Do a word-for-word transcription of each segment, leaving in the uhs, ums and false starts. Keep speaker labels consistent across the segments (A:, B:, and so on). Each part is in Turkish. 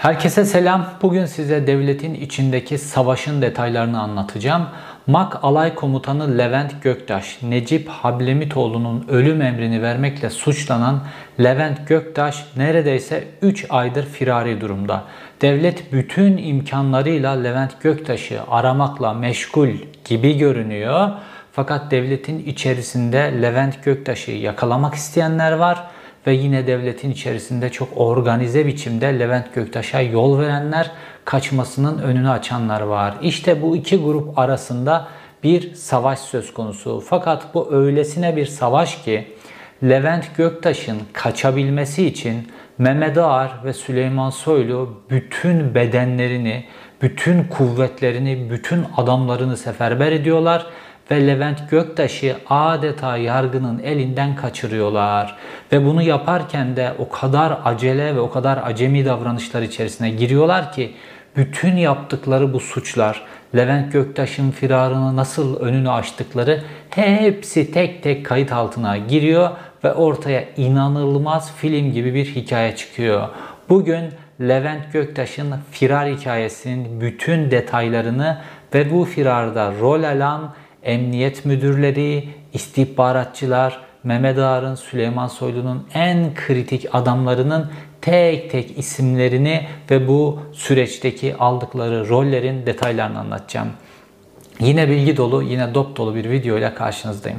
A: Herkese selam. Bugün size devletin içindeki savaşın detaylarını anlatacağım. MAK Alay Komutanı Levent Göktaş, Necip Hablemitoğlu'nun ölüm emrini vermekle suçlanan Levent Göktaş neredeyse üç aydır firari durumda. Devlet bütün imkanlarıyla Levent Göktaş'ı aramakla meşgul gibi görünüyor. Fakat devletin içerisinde Levent Göktaş'ı yakalamak isteyenler var. Ve yine devletin içerisinde çok organize biçimde Levent Göktaş'a yol verenler, kaçmasının önünü açanlar var. İşte bu iki grup arasında bir savaş söz konusu. Fakat bu öylesine bir savaş ki Levent Göktaş'ın kaçabilmesi için Mehmet Ağar ve Süleyman Soylu bütün bedenlerini, bütün kuvvetlerini, bütün adamlarını seferber ediyorlar. Ve Levent Göktaş'ı adeta yargının elinden kaçırıyorlar. Ve bunu yaparken de o kadar acele ve o kadar acemi davranışlar içerisine giriyorlar ki bütün yaptıkları bu suçlar, Levent Göktaş'ın firarını nasıl önünü açtıkları hepsi tek tek kayıt altına giriyor ve ortaya inanılmaz film gibi bir hikaye çıkıyor. Bugün Levent Göktaş'ın firar hikayesinin bütün detaylarını ve bu firarda rol alan emniyet müdürleri, istihbaratçılar, Mehmet Ağar'ın, Süleyman Soylu'nun en kritik adamlarının tek tek isimlerini ve bu süreçteki aldıkları rollerin detaylarını anlatacağım. Yine bilgi dolu, yine dop dolu bir video ile karşınızdayım.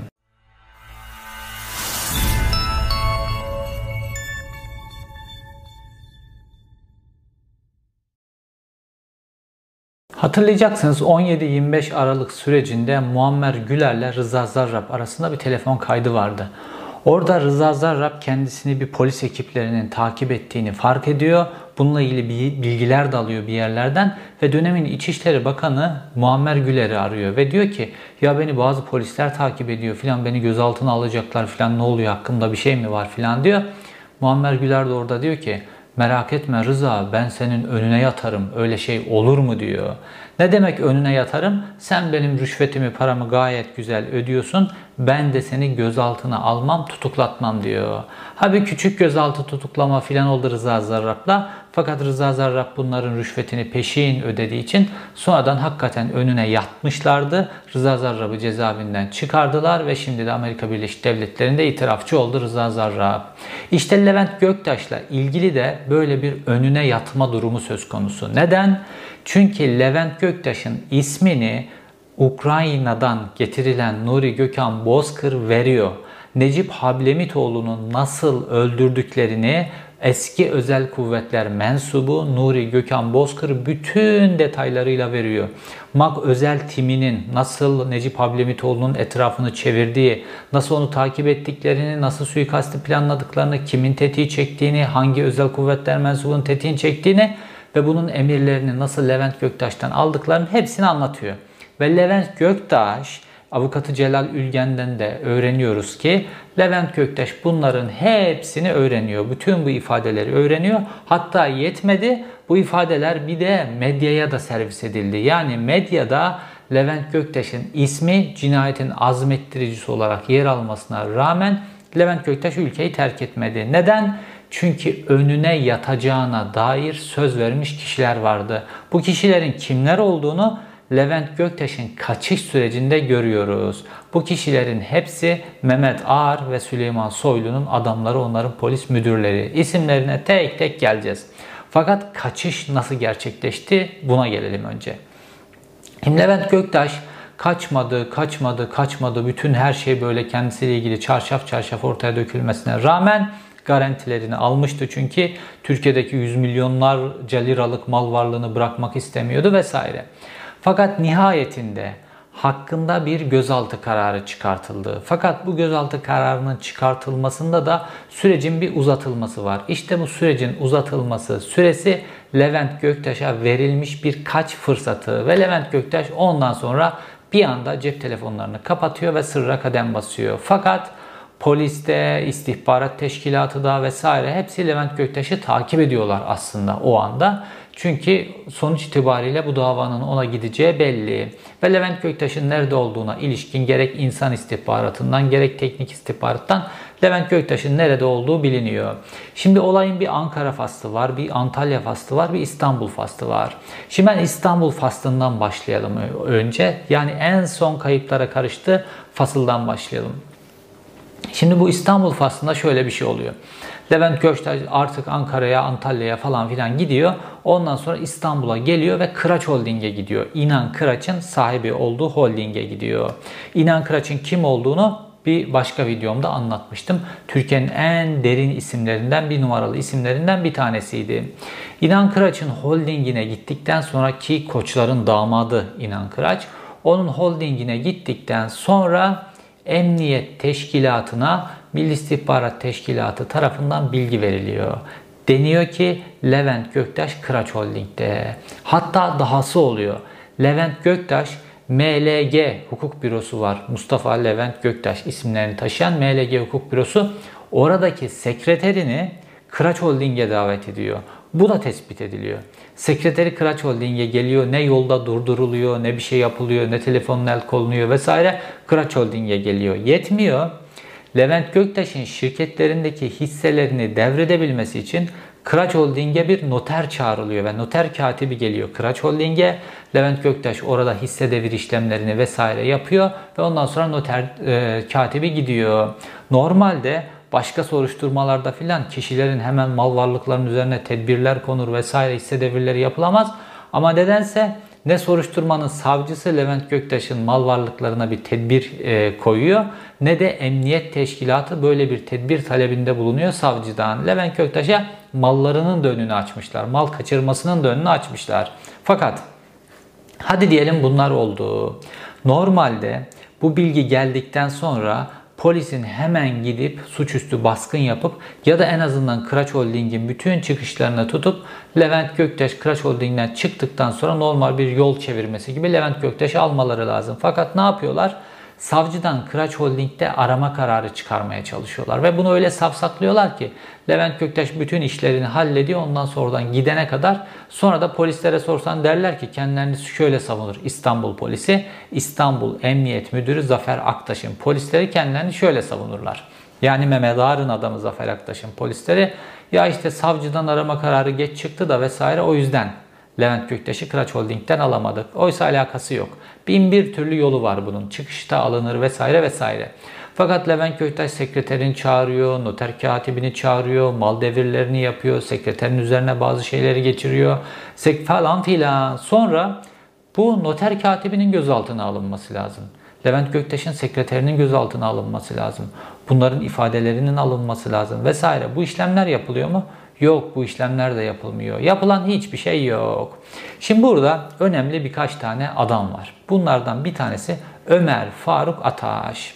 A: Hatırlayacaksınız on yedi yirmi beş Aralık sürecinde Muammer Güler'le Rıza Zarrab arasında bir telefon kaydı vardı. Orada Rıza Zarrab kendisini bir polis ekiplerinin takip ettiğini fark ediyor. Bununla ilgili bilgiler de alıyor bir yerlerden ve dönemin İçişleri Bakanı Muammer Güler'i arıyor ve diyor ki ya beni bazı polisler takip ediyor filan, beni gözaltına alacaklar filan, ne oluyor, hakkında bir şey mi var filan diyor. Muammer Güler de orada diyor ki merak etme Rıza, ben senin önüne yatarım, öyle şey olur mu diyor. Ne demek önüne yatarım? Sen benim rüşvetimi, paramı gayet güzel ödüyorsun. Ben de seni gözaltına almam, tutuklatmam diyor. Ha bir küçük gözaltı tutuklama filan oldu Rıza Zarrab'la. Fakat Rıza Zarrab bunların rüşvetini peşin ödediği için sonradan hakikaten önüne yatmışlardı. Rıza Zarrab'ı cezaevinden çıkardılar ve şimdi de Amerika Birleşik Devletleri'nde itirafçı oldu Rıza Zarrab. İşte Levent Göktaş'la ilgili de böyle bir önüne yatma durumu söz konusu. Neden? Çünkü Levent Göktaş'ın ismini Ukrayna'dan getirilen Nuri Gökhan Bozkır veriyor. Necip Hablemitoğlu'nun nasıl öldürdüklerini eski özel kuvvetler mensubu Nuri Gökhan Bozkır bütün detaylarıyla veriyor. MAK özel timinin nasıl Necip Hablemitoğlu'nun etrafını çevirdiği, nasıl onu takip ettiklerini, nasıl suikasti planladıklarını, kimin tetiği çektiğini, hangi özel kuvvetler mensubunun tetiğini çektiğini ve bunun emirlerini nasıl Levent Göktaş'tan aldıklarını hepsini anlatıyor. Ve Levent Göktaş, avukatı Celal Ülgen'den de öğreniyoruz ki Levent Göktaş bunların hepsini öğreniyor. Bütün bu ifadeleri öğreniyor. Hatta yetmedi, bu ifadeler bir de medyaya da servis edildi. Yani medyada Levent Göktaş'ın ismi cinayetin azmettiricisi olarak yer almasına rağmen Levent Göktaş ülkeyi terk etmedi. Neden? Çünkü önüne yatacağına dair söz vermiş kişiler vardı. Bu kişilerin kimler olduğunu Levent Göktaş'ın kaçış sürecinde görüyoruz. Bu kişilerin hepsi Mehmet Ağar ve Süleyman Soylu'nun adamları, onların polis müdürleri. İsimlerine tek tek geleceğiz. Fakat kaçış nasıl gerçekleşti? Buna gelelim önce. Şimdi Levent Göktaş kaçmadı, kaçmadı, kaçmadı. Bütün her şey böyle kendisiyle ilgili çarşaf çarşaf ortaya dökülmesine rağmen garantilerini almıştı. Çünkü Türkiye'deki yüz milyonlarca liralık mal varlığını bırakmak istemiyordu vesaire. Fakat nihayetinde hakkında bir gözaltı kararı çıkartıldı. Fakat bu gözaltı kararının çıkartılmasında da sürecin bir uzatılması var. İşte bu sürecin uzatılması süresi Levent Göktaş'a verilmiş birkaç fırsatı ve Levent Göktaş ondan sonra bir anda cep telefonlarını kapatıyor ve sırra kadem basıyor. Fakat Polis de, istihbarat teşkilatı da vesaire hepsi Levent Göktaş'ı takip ediyorlar aslında o anda. Çünkü sonuç itibariyle bu davanın ona gideceği belli. Ve Levent Göktaş'ın nerede olduğuna ilişkin gerek insan istihbaratından gerek teknik istihbarattan Levent Göktaş'ın nerede olduğu biliniyor. Şimdi olayın bir Ankara faslı var, bir Antalya faslı var, bir İstanbul faslı var. Şimdi ben İstanbul faslından başlayalım önce. Yani en son kayıplara karıştığı fasıldan başlayalım. Şimdi bu İstanbul faslında şöyle bir şey oluyor. Levent Göktaş artık Ankara'ya, Antalya'ya falan filan gidiyor. Ondan sonra İstanbul'a geliyor ve Kıraç Holding'e gidiyor. İnan Kıraç'ın sahibi olduğu holding'e gidiyor. İnan Kıraç'ın kim olduğunu bir başka videomda anlatmıştım. Türkiye'nin en derin isimlerinden, bir numaralı isimlerinden bir tanesiydi. İnan Kıraç'ın holdingine gittikten sonra ki Koçların damadı İnan Kıraç, onun holdingine gittikten sonra Emniyet Teşkilatı'na Milli İstihbarat Teşkilatı tarafından bilgi veriliyor. Deniyor ki Levent Göktaş Kıraç Holding'de. Hatta dahası oluyor. Levent Göktaş M L G Hukuk Bürosu var. Mustafa Levent Göktaş isimlerini taşıyan M L G Hukuk Bürosu oradaki sekreterini Kıraç Holding'e davet ediyor. Bu da tespit ediliyor. Sekreteri Kıraç Holding'e geliyor. Ne yolda durduruluyor, ne bir şey yapılıyor, ne telefonun el konuyor vesaire. Kıraç Holding'e geliyor. Yetmiyor. Levent Göktaş'ın şirketlerindeki hisselerini devredebilmesi için Kıraç Holding'e bir noter çağrılıyor ve noter katibi geliyor Kıraç Holding'e. Levent Göktaş orada hisse devir işlemlerini vesaire yapıyor ve ondan sonra noter e, katibi gidiyor. Normalde başka soruşturmalarda filan kişilerin hemen mal varlıklarının üzerine tedbirler konur vesaire, hisse devirleri yapılamaz. Ama nedense ne soruşturmanın savcısı Levent Göktaş'ın mal varlıklarına bir tedbir e, koyuyor, ne de emniyet teşkilatı böyle bir tedbir talebinde bulunuyor savcıdan. Levent Göktaş'a mallarının da önünü açmışlar, mal kaçırmasının da önünü açmışlar. Fakat hadi diyelim bunlar oldu. Normalde bu bilgi geldikten sonra polisin hemen gidip suçüstü baskın yapıp ya da en azından Kıraç Holding'in bütün çıkışlarını tutup Levent Göktaş Kıraç Holding'den çıktıktan sonra normal bir yol çevirmesi gibi Levent Göktaş'ı almaları lazım. Fakat ne yapıyorlar? Savcıdan Kıraç Holding'de arama kararı çıkarmaya çalışıyorlar. Ve bunu öyle safsaklıyorlar ki Levent Göktaş bütün işlerini hallediyor. Ondan sonra oradan gidene kadar, sonra da polislere sorsan derler ki kendilerini şöyle savunur İstanbul polisi. İstanbul Emniyet Müdürü Zafer Aktaş'ın polisleri kendilerini şöyle savunurlar. Yani Mehmet Ağar'ın adamı Zafer Aktaş'ın polisleri, ya işte savcıdan arama kararı geç çıktı da vesaire, o yüzden Levent Göktaş'ı Kıraç Holding'den alamadık. Oysa alakası yok. Bin bir türlü yolu var bunun. Çıkışta alınır vesaire vesaire. Fakat Levent Göktaş sekreterini çağırıyor, noter katibini çağırıyor, mal devirlerini yapıyor, sekreterin üzerine bazı şeyleri geçiriyor sek falan filan. Sonra bu noter katibinin gözaltına alınması lazım. Levent Göktaş'ın sekreterinin gözaltına alınması lazım. Bunların ifadelerinin alınması lazım vesaire. Bu işlemler yapılıyor mu? Yok, bu işlemler de yapılmıyor. Yapılan hiçbir şey yok. Şimdi burada önemli birkaç tane adam var. Bunlardan bir tanesi Ömer Faruk Ataş.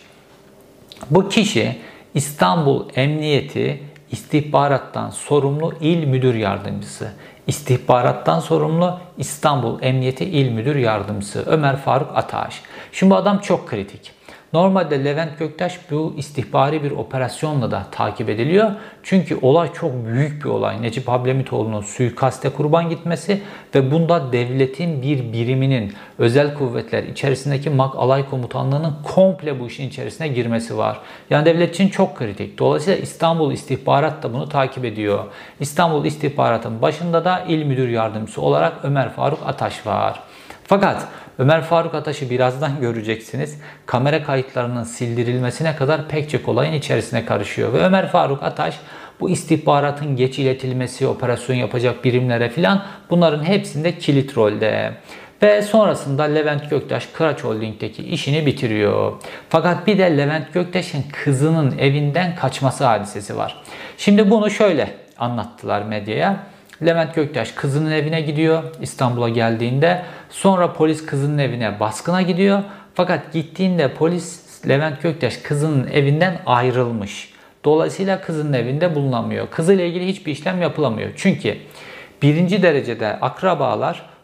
A: Bu kişi İstanbul Emniyeti İstihbarattan sorumlu İl Müdür Yardımcısı. İstihbarattan sorumlu İstanbul Emniyeti İl Müdür Yardımcısı Ömer Faruk Ataş. Şimdi bu adam çok kritik. Normalde Levent Göktaş bu istihbari bir operasyonla da takip ediliyor. Çünkü olay çok büyük bir olay. Necip Hablemitoğlu'nun suikaste kurban gitmesi ve bunda devletin bir biriminin, özel kuvvetler içerisindeki MAK Alay Komutanlığı'nın komple bu işin içerisine girmesi var. Yani devlet için çok kritik. Dolayısıyla İstanbul İstihbarat da bunu takip ediyor. İstanbul İstihbarat'ın başında da İl Müdür Yardımcısı olarak Ömer Faruk Ataş var. Fakat Ömer Faruk Ataş'ı birazdan göreceksiniz. Kamera kayıtlarının sildirilmesine kadar pek çok olayın içerisine karışıyor. Ve Ömer Faruk Ataş bu istihbaratın geç iletilmesi, operasyon yapacak birimlere filan, bunların hepsinde kilit rolde. Ve sonrasında Levent Göktaş Kıraç Holding'deki işini bitiriyor. Fakat bir de Levent Göktaş'ın kızının evinden kaçması hadisesi var. Şimdi bunu şöyle anlattılar medyaya. Levent Göktaş kızının evine gidiyor İstanbul'a geldiğinde. Sonra polis kızının evine baskına gidiyor. Fakat gittiğinde polis Levent Göktaş kızının evinden ayrılmış. Dolayısıyla kızının evinde bulunamıyor. Kızıyla ilgili hiçbir işlem yapılamıyor. Çünkü birinci derecede akrabalar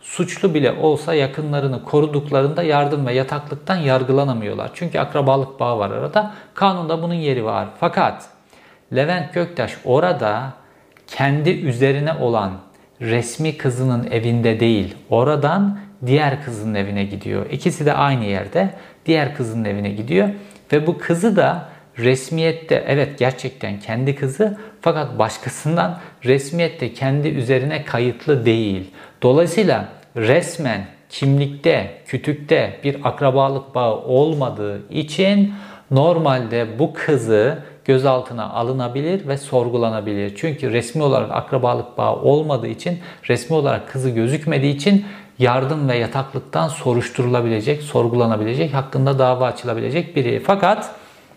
A: suçlu bile olsa yakınlarını koruduklarında yardım ve yataklıktan yargılanamıyorlar. Çünkü akrabalık bağı var arada. Kanunda bunun yeri var. Fakat Levent Göktaş orada kendi üzerine olan resmi kızının evinde değil, oradan diğer kızının evine gidiyor. İkisi de aynı yerde, diğer kızının evine gidiyor ve bu kızı da resmiyette evet gerçekten kendi kızı, fakat başkasından resmiyette kendi üzerine kayıtlı değil. Dolayısıyla resmen kimlikte, kütükte bir akrabalık bağı olmadığı için normalde bu kızı gözaltına alınabilir ve sorgulanabilir. Çünkü resmi olarak akrabalık bağı olmadığı için, resmi olarak kızı gözükmediği için yardım ve yataklıktan soruşturulabilecek, sorgulanabilecek, hakkında dava açılabilecek biri. Fakat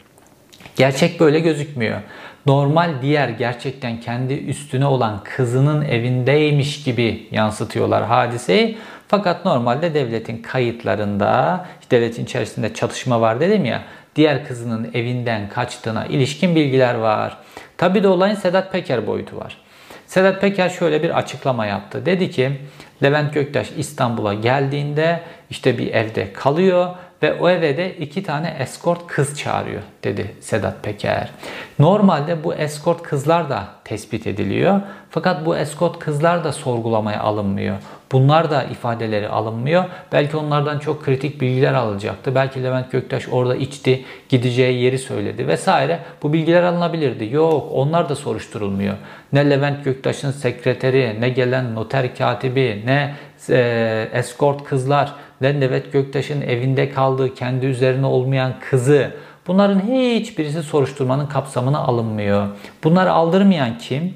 A: gerçek böyle gözükmüyor. Normal diğer gerçekten kendi üstüne olan kızının evindeymiş gibi yansıtıyorlar hadiseyi. Fakat normalde devletin kayıtlarında, devletin içerisinde çatışma var dedim ya, diğer kızının evinden kaçtığına ilişkin bilgiler var. Tabii de olayın Sedat Peker boyutu var. Sedat Peker şöyle bir açıklama yaptı. Dedi ki Levent Göktaş İstanbul'a geldiğinde işte bir evde kalıyor ve o eve de iki tane eskort kız çağırıyor dedi Sedat Peker. Normalde bu eskort kızlar da tespit ediliyor. Fakat bu eskort kızlar da sorgulamaya alınmıyor. Bunlar da ifadeleri alınmıyor. Belki onlardan çok kritik bilgiler alınacaktı. Belki Levent Göktaş orada içti, gideceği yeri söyledi vesaire. Bu bilgiler alınabilirdi. Yok, onlar da soruşturulmuyor. Ne Levent Göktaş'ın sekreteri, ne gelen noter katibi, ne e, eskort kızlar, ne Levent Göktaş'ın evinde kaldığı kendi üzerine olmayan kızı. Bunların hiçbirisi soruşturmanın kapsamına alınmıyor. Bunları aldırmayan kim?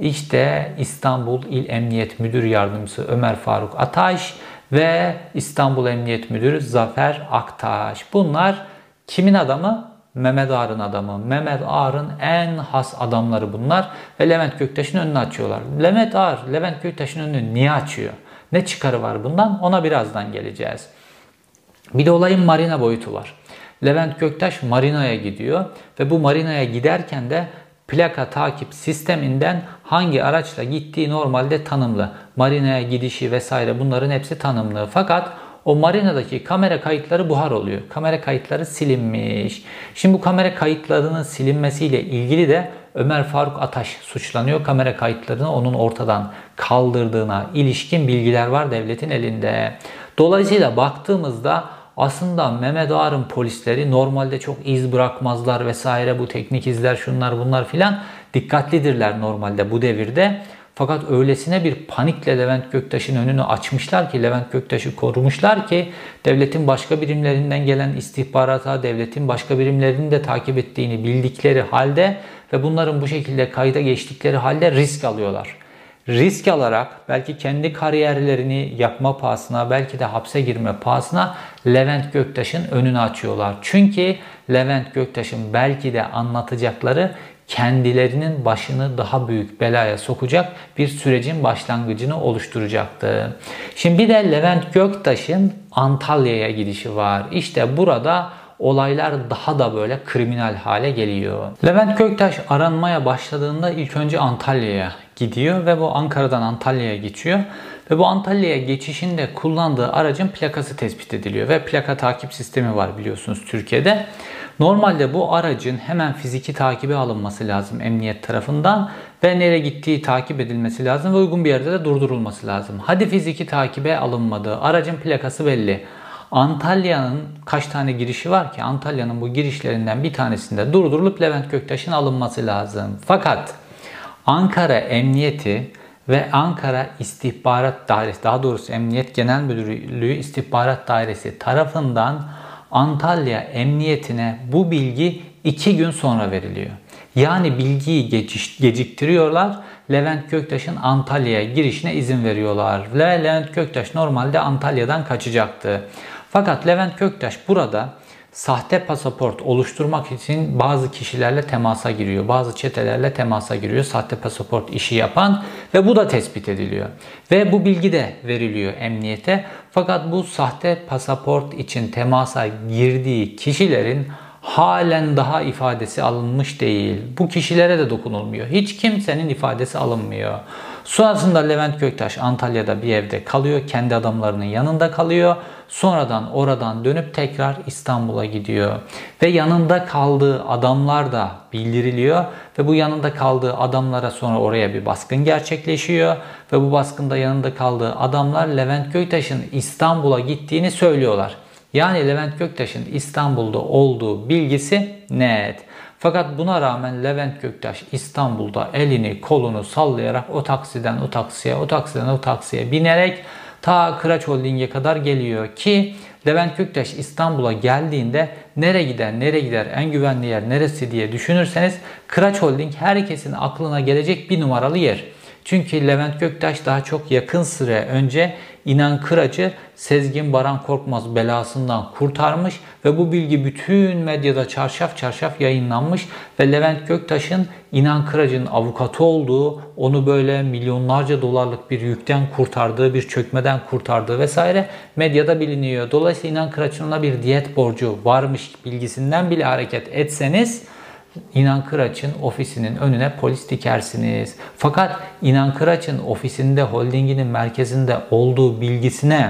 A: İşte İstanbul İl Emniyet Müdür Yardımcısı Ömer Faruk Ataş ve İstanbul Emniyet Müdürü Zafer Aktaş. Bunlar kimin adamı? Mehmet Ağar'ın adamı. Mehmet Ağar'ın en has adamları bunlar ve Levent Göktaş'ın önünü açıyorlar. Mehmet Ağar, Levent Göktaş'ın önünü niye açıyor? Ne çıkarı var bundan? Ona birazdan geleceğiz. Bir de olayın marina boyutu var. Levent Göktaş marinaya gidiyor ve bu marinaya giderken de plaka takip sisteminden hangi araçla gittiği normalde tanımlı. Marinaya gidişi vesaire bunların hepsi tanımlı. Fakat o marinadaki kamera kayıtları buhar oluyor. Kamera kayıtları silinmiş. Şimdi bu kamera kayıtlarının silinmesiyle ilgili de Ömer Faruk Ataş suçlanıyor. Kamera kayıtlarını onun ortadan kaldırdığına ilişkin bilgiler var devletin elinde. Dolayısıyla baktığımızda aslında Mehmet Ağar'ın polisleri normalde çok iz bırakmazlar vesaire, bu teknik izler şunlar bunlar filan, dikkatlidirler normalde bu devirde. Fakat öylesine bir panikle Levent Göktaş'ın önünü açmışlar ki, Levent Göktaş'ı korumuşlar ki devletin başka birimlerinden gelen istihbarata, devletin başka birimlerinin de takip ettiğini bildikleri halde ve bunların bu şekilde kayda geçtikleri halde risk alıyorlar. Risk alarak belki kendi kariyerlerini yapma pahasına, belki de hapse girme pahasına Levent Göktaş'ın önünü açıyorlar. Çünkü Levent Göktaş'ın belki de anlatacakları kendilerinin başını daha büyük belaya sokacak bir sürecin başlangıcını oluşturacaktı. Şimdi bir de Levent Göktaş'ın Antalya'ya gidişi var. İşte burada olaylar daha da böyle kriminal hale geliyor. Levent Göktaş aranmaya başladığında ilk önce Antalya'ya gidiyor ve bu Ankara'dan Antalya'ya geçiyor. Ve bu Antalya'ya geçişinde kullandığı aracın plakası tespit ediliyor ve plaka takip sistemi var biliyorsunuz Türkiye'de. Normalde bu aracın hemen fiziki takibi alınması lazım emniyet tarafından ve nereye gittiği takip edilmesi lazım ve uygun bir yerde de durdurulması lazım. Hadi fiziki takibe alınmadı. Aracın plakası belli. Antalya'nın kaç tane girişi var ki? Antalya'nın bu girişlerinden bir tanesinde durdurulup Levent Göktaş'ın alınması lazım. Fakat Ankara Emniyeti ve Ankara İstihbarat Dairesi, daha doğrusu Emniyet Genel Müdürlüğü İstihbarat Dairesi tarafından Antalya Emniyetine bu bilgi iki gün sonra veriliyor. Yani bilgiyi geciktiriyorlar. Levent Göktaş'ın Antalya'ya girişine izin veriyorlar. Ve Levent Göktaş normalde Antalya'dan kaçacaktı. Fakat Levent Göktaş burada sahte pasaport oluşturmak için bazı kişilerle temasa giriyor. Bazı çetelerle temasa giriyor. Sahte pasaport işi yapan ve bu da tespit ediliyor. Ve bu bilgi de veriliyor emniyete. Fakat bu sahte pasaport için temasa girdiği kişilerin halen daha ifadesi alınmış değil. Bu kişilere de dokunulmuyor. Hiç kimsenin ifadesi alınmıyor. Sonrasında Levent Göktaş Antalya'da bir evde kalıyor. Kendi adamlarının yanında kalıyor. Sonradan oradan dönüp tekrar İstanbul'a gidiyor. Ve yanında kaldığı adamlar da bildiriliyor. Ve bu yanında kaldığı adamlara sonra oraya bir baskın gerçekleşiyor. Ve bu baskında yanında kaldığı adamlar Levent Göktaş'ın İstanbul'a gittiğini söylüyorlar. Yani Levent Göktaş'ın İstanbul'da olduğu bilgisi net. Fakat buna rağmen Levent Göktaş İstanbul'da elini kolunu sallayarak o taksiden o taksiye, o taksiden o taksiye binerek ta Kıraç Holding'e kadar geliyor ki Levent Göktaş İstanbul'a geldiğinde nereye gider, nereye gider, en güvenli yer neresi diye düşünürseniz Kıraç Holding herkesin aklına gelecek bir numaralı yer. Çünkü Levent Göktaş daha çok yakın süre önce İnan Kıraç'ı Sezgin Baran Korkmaz belasından kurtarmış ve bu bilgi bütün medyada çarşaf çarşaf yayınlanmış ve Levent Göktaş'ın İnan Kıraç'ın avukatı olduğu, onu böyle milyonlarca dolarlık bir yükten kurtardığı, bir çökmeden kurtardığı vesaire medyada biliniyor. Dolayısıyla İnan Kıraç'ın ona bir diyet borcu varmış bilgisinden bile hareket etseniz İnan Kıraç'ın ofisinin önüne polis dikersiniz. Fakat İnan Kıraç'ın ofisinde, holdinginin merkezinde olduğu bilgisine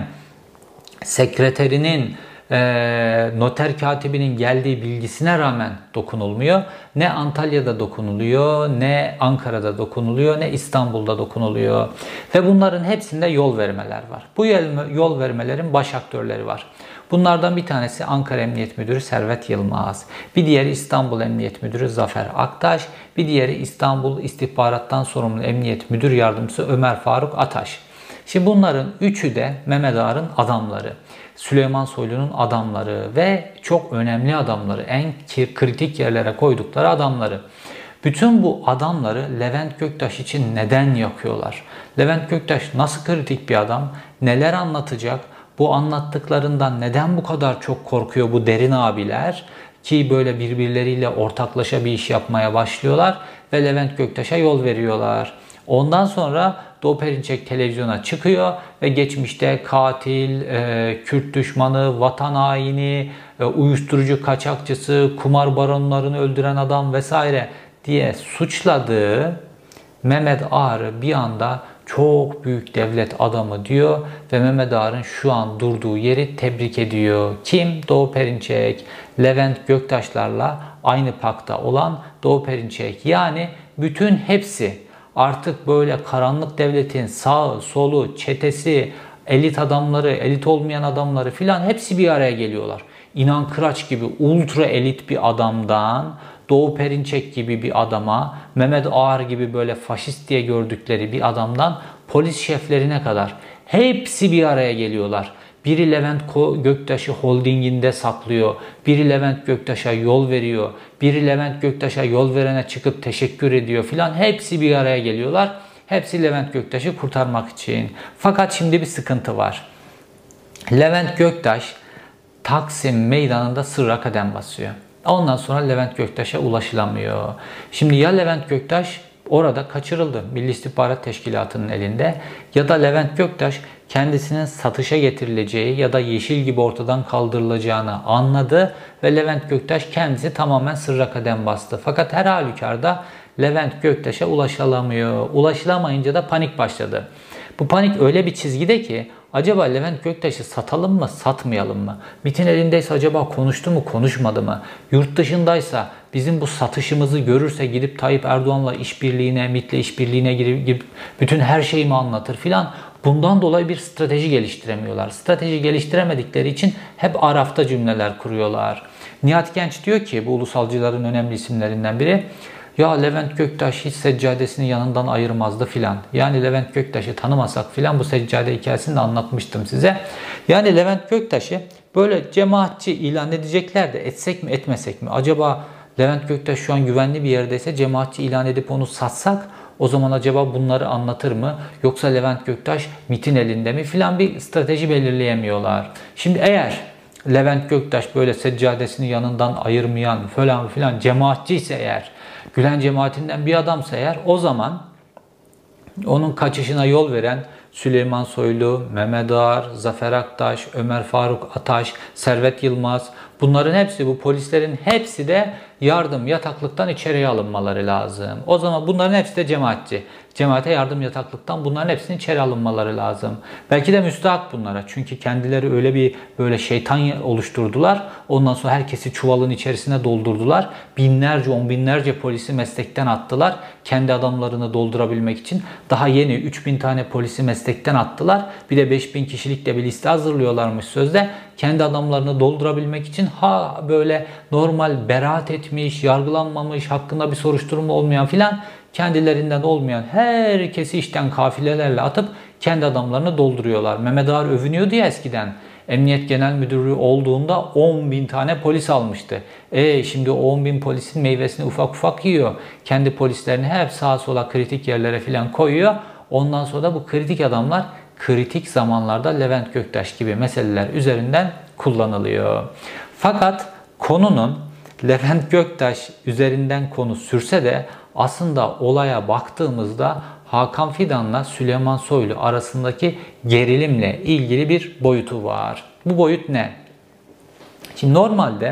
A: sekreterinin, e, noter katibinin geldiği bilgisine rağmen dokunulmuyor. Ne Antalya'da dokunuluyor, ne Ankara'da dokunuluyor, ne İstanbul'da dokunuluyor. Ve bunların hepsinde yol vermeler var. Bu yol vermelerin baş aktörleri var. Bunlardan bir tanesi Ankara Emniyet Müdürü Servet Yılmaz, bir diğeri İstanbul Emniyet Müdürü Zafer Aktaş, bir diğeri İstanbul İstihbarattan Sorumlu Emniyet Müdür Yardımcısı Ömer Faruk Ataş. Şimdi bunların üçü de Mehmet Ağar'ın adamları, Süleyman Soylu'nun adamları ve çok önemli adamları, en kritik yerlere koydukları adamları. Bütün bu adamları Levent Göktaş için neden yakıyorlar? Levent Göktaş nasıl kritik bir adam? Neler anlatacak? Bu anlattıklarından neden bu kadar çok korkuyor bu derin abiler ki böyle birbirleriyle ortaklaşa bir iş yapmaya başlıyorlar ve Levent Göktaş'a yol veriyorlar. Ondan sonra Doğu Perinçek televizyona çıkıyor ve geçmişte katil, e, Kürt düşmanı, vatan haini, e, uyuşturucu kaçakçısı, kumar baronlarını öldüren adam vesaire diye suçladığı Mehmet Ağar'ı bir anda çok büyük devlet adamı diyor ve Mehmet Ağar'ın şu an durduğu yeri tebrik ediyor. Kim? Doğu Perinçek, Levent Göktaşlarla aynı pakta olan Doğu Perinçek. Yani bütün hepsi artık böyle karanlık devletin sağı, solu, çetesi, elit adamları, elit olmayan adamları filan hepsi bir araya geliyorlar. İnan Kıraç gibi ultra elit bir adamdan Doğu Perinçek gibi bir adama, Mehmet Ağar gibi böyle faşist diye gördükleri bir adamdan polis şeflerine kadar hepsi bir araya geliyorlar. Biri Levent Göktaş'ı holdinginde saklıyor, biri Levent Göktaş'a yol veriyor, biri Levent Göktaş'a yol verene çıkıp teşekkür ediyor filan. Hepsi bir araya geliyorlar. Hepsi Levent Göktaş'ı kurtarmak için. Fakat şimdi bir sıkıntı var. Levent Göktaş Taksim Meydanı'nda sırra kadem basıyor. Ondan sonra Levent Göktaş'a ulaşılamıyor. Şimdi ya Levent Göktaş orada kaçırıldı Milli İstihbarat Teşkilatı'nın elinde ya da Levent Göktaş kendisinin satışa getirileceği ya da yeşil gibi ortadan kaldırılacağını anladı ve Levent Göktaş kendisi tamamen sırra kadem bastı. Fakat her halükarda Levent Göktaş'a ulaşılamıyor. Ulaşılamayınca da panik başladı. Bu panik öyle bir çizgide ki acaba Levent Göktaş'ı satalım mı, satmayalım mı? MİT'in elindeyse acaba konuştu mu, konuşmadı mı? Yurt dışındaysa bizim bu satışımızı görürse gidip Tayyip Erdoğan'la işbirliğine, MİT'le işbirliğine girip bütün her şeyi mi anlatır filan. Bundan dolayı bir strateji geliştiremiyorlar. Strateji geliştiremedikleri için hep arafta cümleler kuruyorlar. Nihat Genç diyor ki bu ulusalcıların önemli isimlerinden biri. Ya Levent Göktaş hiç seccadesini yanından ayırmazdı filan. Yani Levent Göktaş'ı tanımasak filan bu seccade hikayesini de anlatmıştım size. Yani Levent Göktaş'ı böyle cemaatçi ilan edecekler de etsek mi etmesek mi? Acaba Levent Göktaş şu an güvenli bir yerdeyse cemaatçi ilan edip onu satsak o zaman acaba bunları anlatır mı? Yoksa Levent Göktaş MİT'in elinde mi filan bir strateji belirleyemiyorlar. Şimdi eğer Levent Göktaş böyle seccadesini yanından ayırmayan falan filan cemaatçi ise eğer, Gülen cemaatinden bir adamsa eğer o zaman onun kaçışına yol veren Süleyman Soylu, Mehmet Ağar, Zafer Aktaş, Ömer Faruk Ataş, Servet Yılmaz Bunların hepsi, bu polislerin hepsi de yardım yataklıktan içeriye alınmaları lazım. O zaman bunların hepsi de cemaatçi. Cemaate yardım yataklıktan bunların hepsinin içeri alınmaları lazım. Belki de müstahak bunlara. Çünkü kendileri öyle bir böyle şeytan oluşturdular. Ondan sonra herkesi çuvalın içerisine doldurdular. Binlerce, on binlerce polisi meslekten attılar. Kendi adamlarını doldurabilmek için. Daha yeni üç bin tane polisi meslekten attılar. Bir de beş bin kişilik de bir liste hazırlıyorlarmış sözde. Kendi adamlarını doldurabilmek için ha böyle normal beraat etmiş, yargılanmamış, hakkında bir soruşturma olmayan filan kendilerinden olmayan herkesi işten kafilelerle atıp kendi adamlarını dolduruyorlar. Mehmet Ağar övünüyordu ya eskiden. Emniyet Genel Müdürü olduğunda on bin tane polis almıştı. E şimdi o on bin polisin meyvesini ufak ufak yiyor. Kendi polislerini hep sağa sola kritik yerlere filan koyuyor. Ondan sonra da bu kritik adamlar kritik zamanlarda Levent Göktaş gibi meseleler üzerinden kullanılıyor. Fakat konunun Levent Göktaş üzerinden konu sürse de aslında olaya baktığımızda Hakan Fidan'la Süleyman Soylu arasındaki gerilimle ilgili bir boyutu var. Bu boyut ne? Şimdi normalde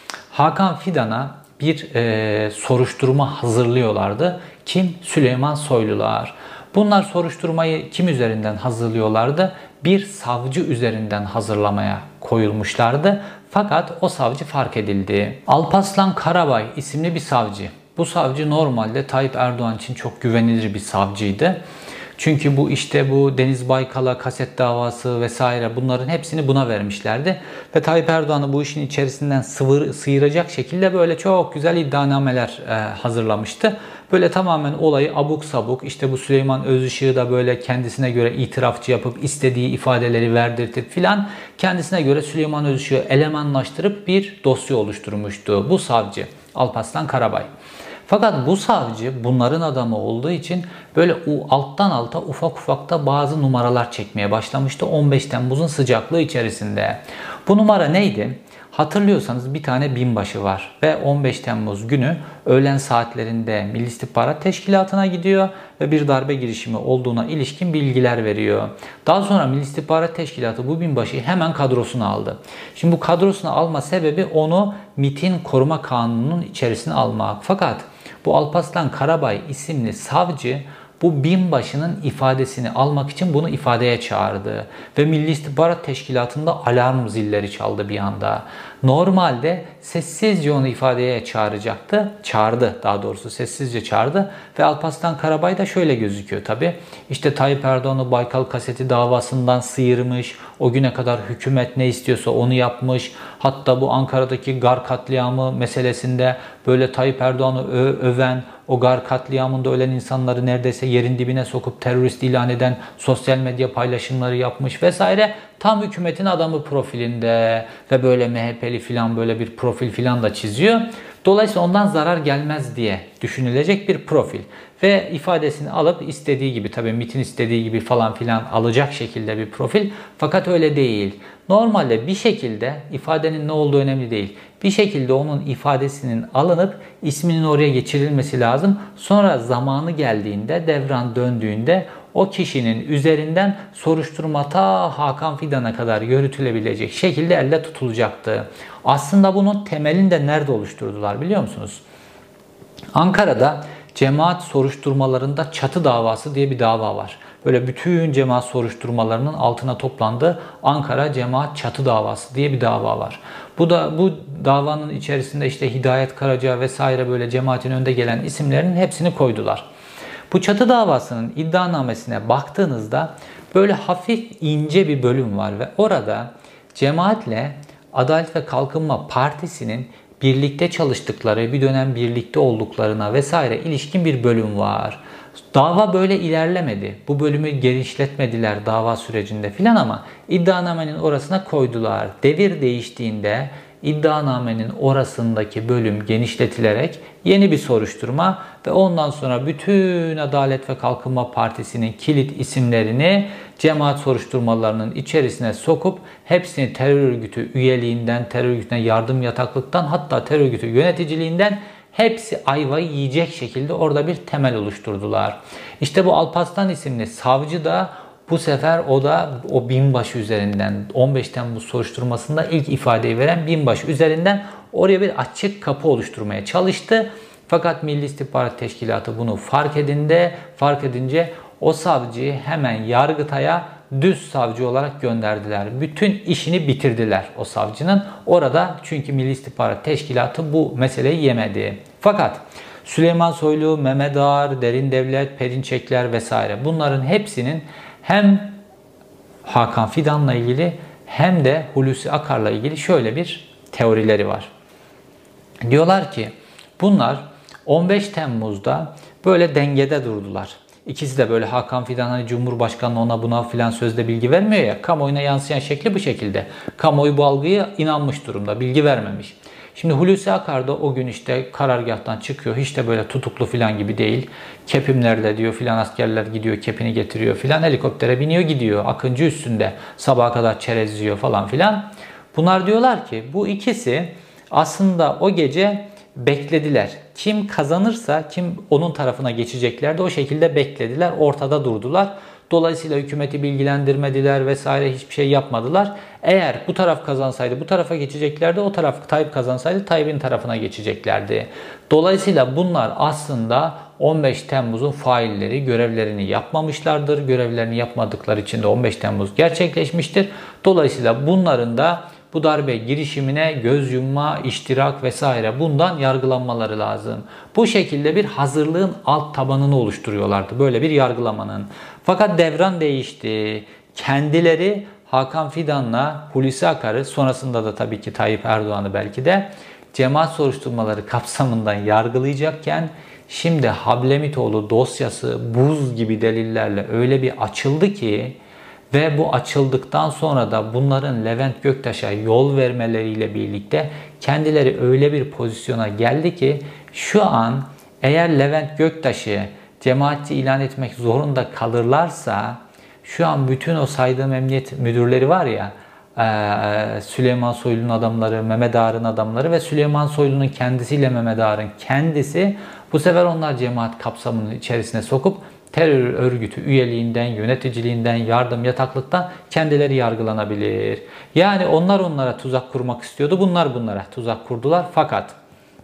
A: Hakan Fidan'a bir e, soruşturma hazırlıyorlardı. Kim? Süleyman Soylular. Bunlar soruşturmayı kim üzerinden hazırlıyorlardı? Bir savcı üzerinden hazırlamaya koyulmuşlardı. Fakat o savcı fark edildi. Alparslan Karabay isimli bir savcı. Bu savcı normalde Tayyip Erdoğan için çok güvenilir bir savcıydı. Çünkü bu işte bu Deniz Baykal'a kaset davası vesaire bunların hepsini buna vermişlerdi. Ve Tayyip Erdoğan'ı bu işin içerisinden sıvır, sıyıracak şekilde böyle çok güzel iddianameler e, hazırlamıştı. Böyle tamamen olayı abuk sabuk işte bu Süleyman Özışık'ı da böyle kendisine göre itirafçı yapıp istediği ifadeleri verdirtip filan kendisine göre Süleyman Özışık'ı elemanlaştırıp bir dosya oluşturmuştu bu savcı Alparslan Karabay. Fakat bu savcı bunların adamı olduğu için böyle alttan alta ufak ufak da bazı numaralar çekmeye başlamıştı on beş Temmuz'un sıcaklığı içerisinde. Bu numara neydi? Hatırlıyorsanız bir tane binbaşı var ve on beş Temmuz günü öğlen saatlerinde Milli İstihbarat Teşkilatı'na gidiyor ve bir darbe girişimi olduğuna ilişkin bilgiler veriyor. Daha sonra Milli İstihbarat Teşkilatı bu binbaşıyı hemen kadrosuna aldı. Şimdi bu kadrosuna alma sebebi onu MİT'in koruma kanununun içerisine almak. Fakat bu Alparslan Karabay isimli savcı bu binbaşının ifadesini almak için bunu ifadeye çağırdı. Ve Milli İstihbarat Teşkilatı'nda alarm zilleri çaldı bir anda. Normalde sessizce onu ifadeye çağıracaktı. Çağırdı daha doğrusu sessizce çağırdı. Ve Alparslan Karabay da şöyle gözüküyor tabi. İşte Tayyip Erdoğan'ı Baykal kaseti davasından sıyırmış. O güne kadar hükümet ne istiyorsa onu yapmış. Hatta bu Ankara'daki gar katliamı meselesinde böyle Tayyip Erdoğan'ı ö- öven, o gar katliamında ölen insanları neredeyse yerin dibine sokup terörist ilan eden sosyal medya paylaşımları yapmış vesaire. Tam hükümetin adamı profilinde ve böyle M H P'li filan böyle bir profil filan da çiziyor. Dolayısıyla ondan zarar gelmez diye düşünülecek bir profil. Ve ifadesini alıp istediği gibi tabii MİT'in istediği gibi falan filan alacak şekilde bir profil. Fakat öyle değil. Normalde bir şekilde ifadenin ne olduğu önemli değil. Bir şekilde onun ifadesinin alınıp isminin oraya geçirilmesi lazım. Sonra zamanı geldiğinde, devran döndüğünde o kişinin üzerinden soruşturma ta Hakan Fidan'a kadar yürütülebilecek şekilde elde tutulacaktı. Aslında bunun temelini de nerede oluşturdular biliyor musunuz? Ankara'da cemaat soruşturmalarında çatı davası diye bir dava var. Böyle bütün cemaat soruşturmalarının altına toplandığı Ankara Cemaat Çatı Davası diye bir dava var. Bu da bu davanın içerisinde işte Hidayet Karaca vesaire böyle cemaatin önde gelen isimlerin hepsini koydular. Bu çatı davasının iddianamesine baktığınızda böyle hafif ince bir bölüm var ve orada cemaatle Adalet ve Kalkınma Partisi'nin birlikte çalıştıkları, bir dönem birlikte olduklarına vesaire ilişkin bir bölüm var. Dava böyle ilerlemedi. Bu bölümü genişletmediler dava sürecinde filan ama iddianamenin orasına koydular. Devir değiştiğinde iddianamenin orasındaki bölüm genişletilerek yeni bir soruşturma ve ondan sonra bütün Adalet ve Kalkınma Partisi'nin kilit isimlerini cemaat soruşturmalarının içerisine sokup hepsini terör örgütü üyeliğinden, terör örgütüne yardım yataklıktan hatta terör örgütü yöneticiliğinden hepsi ayvayı yiyecek şekilde orada bir temel oluşturdular. İşte bu Alparslan isimli savcı da Bu sefer o da o binbaşı üzerinden on beş Temmuz soruşturmasında ilk ifadeyi veren binbaşı üzerinden oraya bir açık kapı oluşturmaya çalıştı. Fakat Milli İstihbarat Teşkilatı bunu fark edinde, fark edince o savcıyı hemen Yargıtay'a düz savcı olarak gönderdiler. Bütün işini bitirdiler o savcının. Orada çünkü Milli İstihbarat Teşkilatı bu meseleyi yemedi. Fakat Süleyman Soylu, Mehmet Ağar, Derin Devlet, Perinçekler vesaire bunların hepsinin hem Hakan Fidan'la ilgili hem de Hulusi Akar'la ilgili şöyle bir teorileri var. Diyorlar ki bunlar on beş Temmuz'da böyle dengede durdular. İkisi de böyle Hakan Fidan hani Cumhurbaşkanı ona buna filan sözde bilgi vermiyor ya. Kamuoyuna yansıyan şekli bu şekilde. Kamuoyu bu algıya inanmış durumda. Bilgi vermemiş. Şimdi Hulusi Akar da o gün işte karargahtan çıkıyor. Hiç de böyle tutuklu filan gibi değil. Kepimlerle diyor filan askerler gidiyor kepini getiriyor filan. Helikoptere biniyor gidiyor. Akıncı üstünde. Sabaha kadar çerez yiyor falan filan. Bunlar diyorlar ki bu ikisi aslında o gece beklediler. Kim kazanırsa kim onun tarafına geçeceklerdi o şekilde beklediler. Ortada durdular. Dolayısıyla hükümeti bilgilendirmediler vesaire hiçbir şey yapmadılar. Eğer bu taraf kazansaydı bu tarafa geçeceklerdi. O taraf Tayyip kazansaydı Tayyip'in tarafına geçeceklerdi. Dolayısıyla bunlar aslında on beş Temmuz'un failleri görevlerini yapmamışlardır. Görevlerini yapmadıkları için de on beş Temmuz gerçekleşmiştir. Dolayısıyla bunların da bu darbe girişimine göz yumma, iştirak vesaire bundan yargılanmaları lazım. Bu şekilde bir hazırlığın alt tabanını oluşturuyorlardı. Böyle bir yargılamanın. Fakat devran değişti. Kendileri Hakan Fidan'la Hulusi Akar'ı sonrasında da tabii ki Tayyip Erdoğan'ı belki de cemaat soruşturmaları kapsamından yargılayacakken şimdi Hablemitoğlu dosyası buz gibi delillerle öyle bir açıldı ki ve bu açıldıktan sonra da bunların Levent Göktaş'a yol vermeleriyle birlikte kendileri öyle bir pozisyona geldi ki şu an eğer Levent Göktaş'ı cemaatçi ilan etmek zorunda kalırlarsa şu an bütün o saydığım emniyet müdürleri var ya Süleyman Soylu'nun adamları, Mehmet Ağar'ın adamları ve Süleyman Soylu'nun kendisiyle Mehmet Ağar'ın kendisi bu sefer onlar cemaat kapsamının içerisine sokup terör örgütü üyeliğinden, yöneticiliğinden, yardım, yataklıktan kendileri yargılanabilir. Yani onlar onlara tuzak kurmak istiyordu. Bunlar bunlara tuzak kurdular. Fakat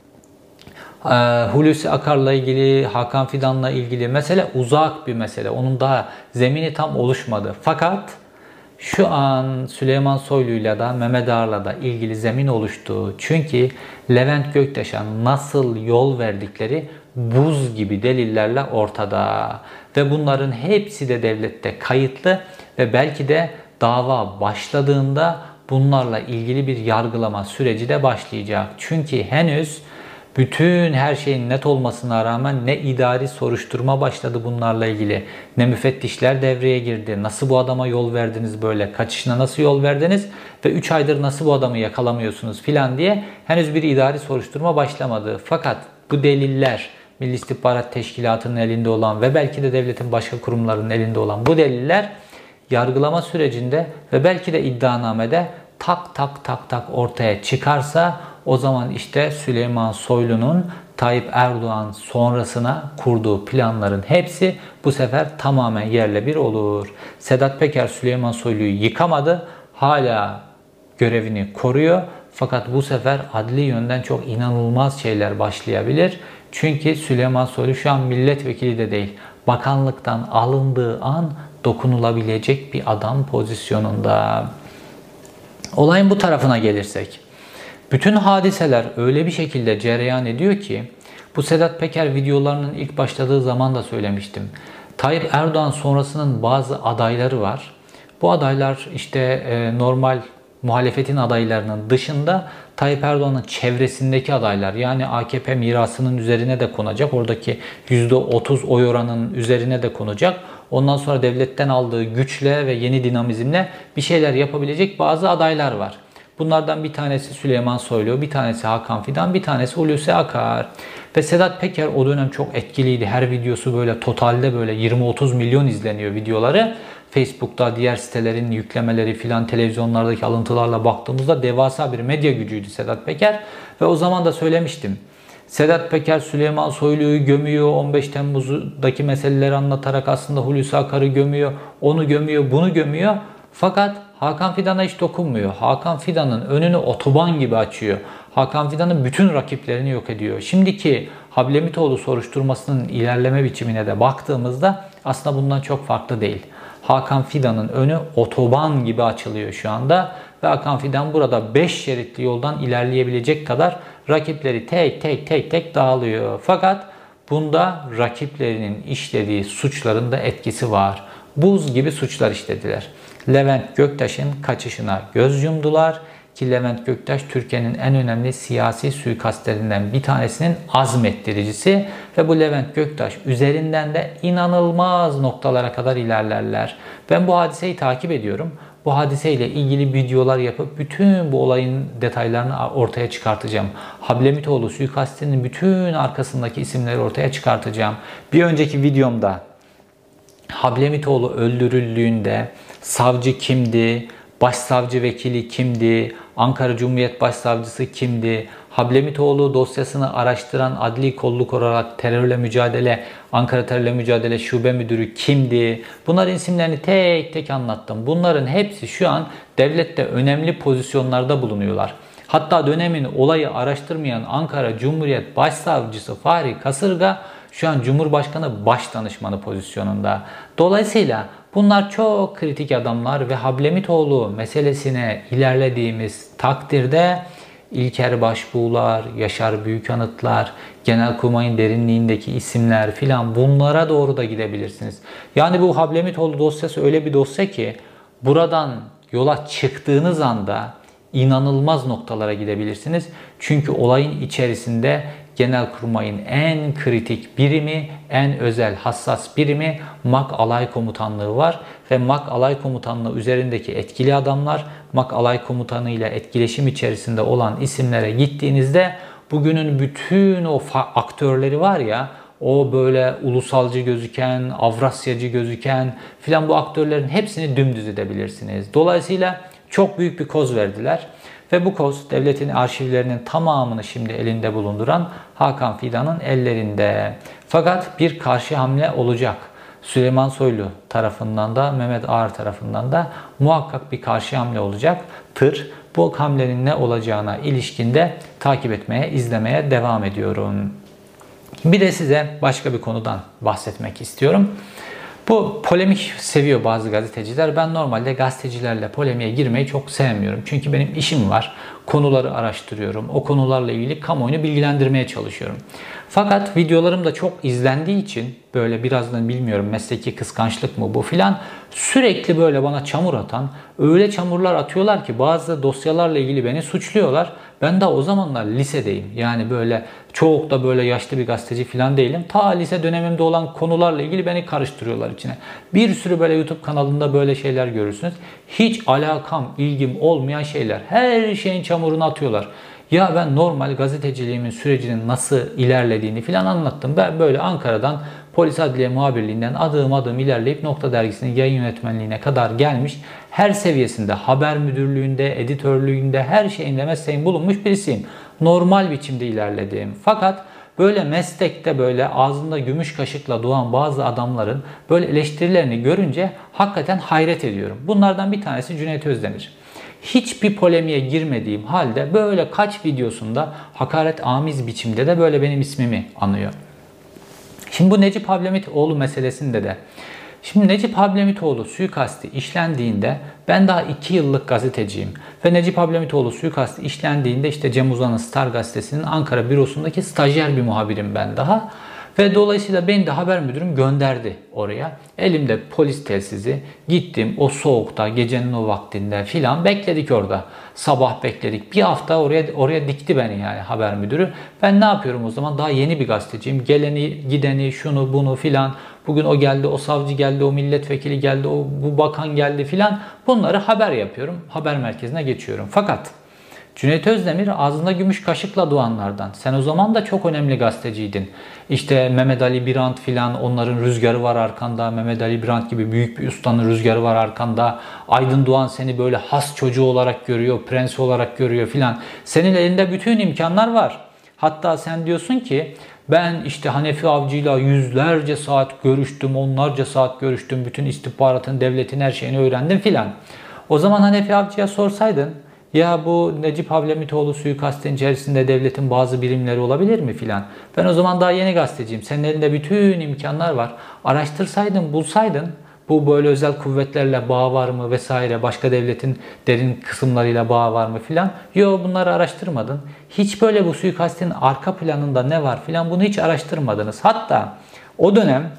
A: e, Hulusi Akar'la ilgili, Hakan Fidan'la ilgili mesele uzak bir mesele. Onun daha zemini tam oluşmadı. Fakat şu an Süleyman Soylu'yla da Mehmet Ağar'la da ilgili zemin oluştu. Çünkü Levent Göktaş'a nasıl yol verdikleri buz gibi delillerle ortada. Ve bunların hepsi de devlette kayıtlı ve belki de dava başladığında bunlarla ilgili bir yargılama süreci de başlayacak. Çünkü henüz bütün her şeyin net olmasına rağmen ne idari soruşturma başladı bunlarla ilgili, ne müfettişler devreye girdi. Nasıl bu adama yol verdiniz böyle, kaçışına nasıl yol verdiniz ve üç aydır nasıl bu adamı yakalamıyorsunuz filan diye henüz bir idari soruşturma başlamadı. Fakat bu deliller Milli İstihbarat Teşkilatı'nın elinde olan ve belki de devletin başka kurumlarının elinde olan bu deliller yargılama sürecinde ve belki de iddianamede tak tak tak tak ortaya çıkarsa o zaman işte Süleyman Soylu'nun Tayyip Erdoğan sonrasına kurduğu planların hepsi bu sefer tamamen yerle bir olur. Sedat Peker Süleyman Soylu'yu yıkamadı. Hala görevini koruyor. Fakat bu sefer adli yönden çok inanılmaz şeyler başlayabilir. Çünkü Süleyman Soylu şu an milletvekili de değil. Bakanlıktan alındığı an dokunulabilecek bir adam pozisyonunda. Olayın bu tarafına gelirsek. Bütün hadiseler öyle bir şekilde cereyan ediyor ki bu Sedat Peker videolarının ilk başladığı zaman da söylemiştim. Tayyip Erdoğan sonrasının bazı adayları var. Bu adaylar işte normal muhalefetin adaylarının dışında Tayyip Erdoğan'ın çevresindeki adaylar, yani A K P mirasının üzerine de konacak. Oradaki yüzde otuz oy oranının üzerine de konacak. Ondan sonra devletten aldığı güçle ve yeni dinamizmle bir şeyler yapabilecek bazı adaylar var. Bunlardan bir tanesi Süleyman Soylu, bir tanesi Hakan Fidan, bir tanesi Hulusi Akar. Ve Sedat Peker o dönem çok etkiliydi. Her videosu böyle totalde böyle yirmi otuz milyon izleniyor videoları. Facebook'ta diğer sitelerin yüklemeleri filan, televizyonlardaki alıntılarla baktığımızda devasa bir medya gücüydü Sedat Peker. Ve o zaman da söylemiştim. Sedat Peker Süleyman Soylu'yu gömüyor. on beş Temmuz'daki meseleleri anlatarak aslında Hulusi Akar'ı gömüyor. Onu gömüyor, bunu gömüyor. Fakat Hakan Fidan'a hiç dokunmuyor. Hakan Fidan'ın önünü otoban gibi açıyor. Hakan Fidan'ın bütün rakiplerini yok ediyor. Şimdiki Hablemitoğlu soruşturmasının ilerleme biçimine de baktığımızda aslında bundan çok farklı değil. Hakan Fidan'ın önü otoban gibi açılıyor şu anda ve Hakan Fidan burada beş şeritli yoldan ilerleyebilecek kadar rakipleri tek tek tek tek dağılıyor. Fakat bunda rakiplerinin işlediği suçların da etkisi var. Buz gibi suçlar işlediler. Levent Göktaş'ın kaçışına göz yumdular ki Levent Göktaş Türkiye'nin en önemli siyasi suikastlerinden bir tanesinin azmettiricisi ve bu Levent Göktaş üzerinden de inanılmaz noktalara kadar ilerlerler. Ben bu hadiseyi takip ediyorum. Bu hadiseyle ilgili videolar yapıp bütün bu olayın detaylarını ortaya çıkartacağım. Hablemitoğlu suikastinin bütün arkasındaki isimleri ortaya çıkartacağım. Bir önceki videomda Hablemitoğlu öldürüldüğünde savcı kimdi, başsavcı vekili kimdi, Ankara Cumhuriyet Başsavcısı kimdi, Hablemitoğlu dosyasını araştıran adli kolluk olarak terörle mücadele, Ankara Terörle Mücadele Şube Müdürü kimdi? Bunların isimlerini tek tek anlattım. Bunların hepsi şu an devlette önemli pozisyonlarda bulunuyorlar. Hatta dönemin olayı araştırmayan Ankara Cumhuriyet Başsavcısı Fahri Kasırga şu an Cumhurbaşkanı Başdanışmanı pozisyonunda. Dolayısıyla bunlar çok kritik adamlar ve Hablemitoğlu meselesine ilerlediğimiz takdirde İlker Başbuğlar, Yaşar Büyükanıtlar, Genelkurmay'ın derinliğindeki isimler filan bunlara doğru da gidebilirsiniz. Yani bu Hablemitoğlu dosyası öyle bir dosya ki buradan yola çıktığınız anda inanılmaz noktalara gidebilirsiniz. Çünkü olayın içerisinde Genelkurmay'ın en kritik birimi, en özel hassas birimi MAK Alay Komutanlığı var ve MAK Alay Komutanlığı üzerindeki etkili adamlar, MAK Alay Komutanı ile etkileşim içerisinde olan isimlere gittiğinizde bugünün bütün o aktörleri var ya, o böyle ulusalcı gözüken, Avrasyacı gözüken filan bu aktörlerin hepsini dümdüz edebilirsiniz. Dolayısıyla çok büyük bir koz verdiler. Ve bu koz devletin arşivlerinin tamamını şimdi elinde bulunduran Hakan Fidan'ın ellerinde. Fakat bir karşı hamle olacak. Süleyman Soylu tarafından da Mehmet Ağar tarafından da muhakkak bir karşı hamle olacaktır. Bu hamlenin ne olacağına ilişkinde takip etmeye, izlemeye devam ediyorum. Bir de size başka bir konudan bahsetmek istiyorum. Bu polemik seviyor bazı gazeteciler. Ben normalde gazetecilerle polemiğe girmeyi çok sevmiyorum. Çünkü benim işim var. Konuları araştırıyorum. O konularla ilgili kamuoyunu bilgilendirmeye çalışıyorum. Fakat videolarım da çok izlendiği için böyle birazdan bilmiyorum mesleki kıskançlık mı bu filan sürekli böyle bana çamur atan öyle çamurlar atıyorlar ki bazı dosyalarla ilgili beni suçluyorlar. Ben daha o zamanlar lisedeyim. Yani böyle çok da böyle yaşlı bir gazeteci filan değilim. Ta lise dönemimde olan konularla ilgili beni karıştırıyorlar içine. Bir sürü böyle YouTube kanalında böyle şeyler görürsünüz. Hiç alakam, ilgim olmayan şeyler. Her şeyin çamurunu atıyorlar. Ya ben normal gazeteciliğimin sürecinin nasıl ilerlediğini filan anlattım. Ben böyle Ankara'dan Polis Adliye Muhabirliğinden adım adım ilerleyip Nokta Dergisi'nin yayın yönetmenliğine kadar gelmiş. Her seviyesinde, haber müdürlüğünde, editörlüğünde, her şeyinde mesleğim bulunmuş birisiyim. Normal biçimde ilerledim. Fakat böyle meslekte böyle ağzında gümüş kaşıkla doğan bazı adamların böyle eleştirilerini görünce hakikaten hayret ediyorum. Bunlardan bir tanesi Cüneyt Özdemir. Hiçbir polemiğe girmediğim halde böyle kaç videosunda hakaret amiz biçimde de böyle benim ismimi anıyor. Şimdi bu Necip Hablemitoğlu meselesinde de Şimdi Necip Hablemitoğlu suikasti işlendiğinde ben daha iki yıllık gazeteciyim. Ve Necip Hablemitoğlu suikasti işlendiğinde işte Cem Uzan'ın Star gazetesinin Ankara bürosundaki stajyer bir muhabirim ben daha. Ve dolayısıyla beni de haber müdürüm gönderdi oraya. Elimde polis telsizi. Gittim o soğukta, gecenin o vaktinde filan bekledik orada. Sabah bekledik. Bir hafta oraya oraya dikti beni yani haber müdürü. Ben ne yapıyorum o zaman? Daha yeni bir gazeteciyim. Geleni, gideni, şunu, bunu filan. Bugün o geldi, o savcı geldi, o milletvekili geldi, o bu bakan geldi filan. Bunları haber yapıyorum. Haber merkezine geçiyorum. Fakat Cüneyt Özdemir ağzında gümüş kaşıkla doğanlardan. Sen o zaman da çok önemli gazeteciydin. İşte Mehmet Ali Birant filan onların rüzgarı var arkanda. Mehmet Ali Birant gibi büyük bir ustanın rüzgarı var arkanda. Aydın Doğan seni böyle has çocuğu olarak görüyor, prens olarak görüyor filan. Senin elinde bütün imkanlar var. Hatta sen diyorsun ki ben işte Hanefi Avcı'yla yüzlerce saat görüştüm, onlarca saat görüştüm, bütün istihbaratın, devletin her şeyini öğrendim filan. O zaman Hanefi Avcı'ya sorsaydın, ya bu Necip Hablemitoğlu suikastinin içerisinde devletin bazı birimleri olabilir mi filan? Ben o zaman daha yeni gazeteciyim. Senin elinde bütün imkanlar var. Araştırsaydın, bulsaydın, bu böyle özel kuvvetlerle bağ var mı vesaire, başka devletin derin kısımlarıyla bağ var mı filan. Yok, bunları araştırmadın. Hiç böyle bu suikastin arka planında ne var filan, bunu hiç araştırmadınız. Hatta o dönem,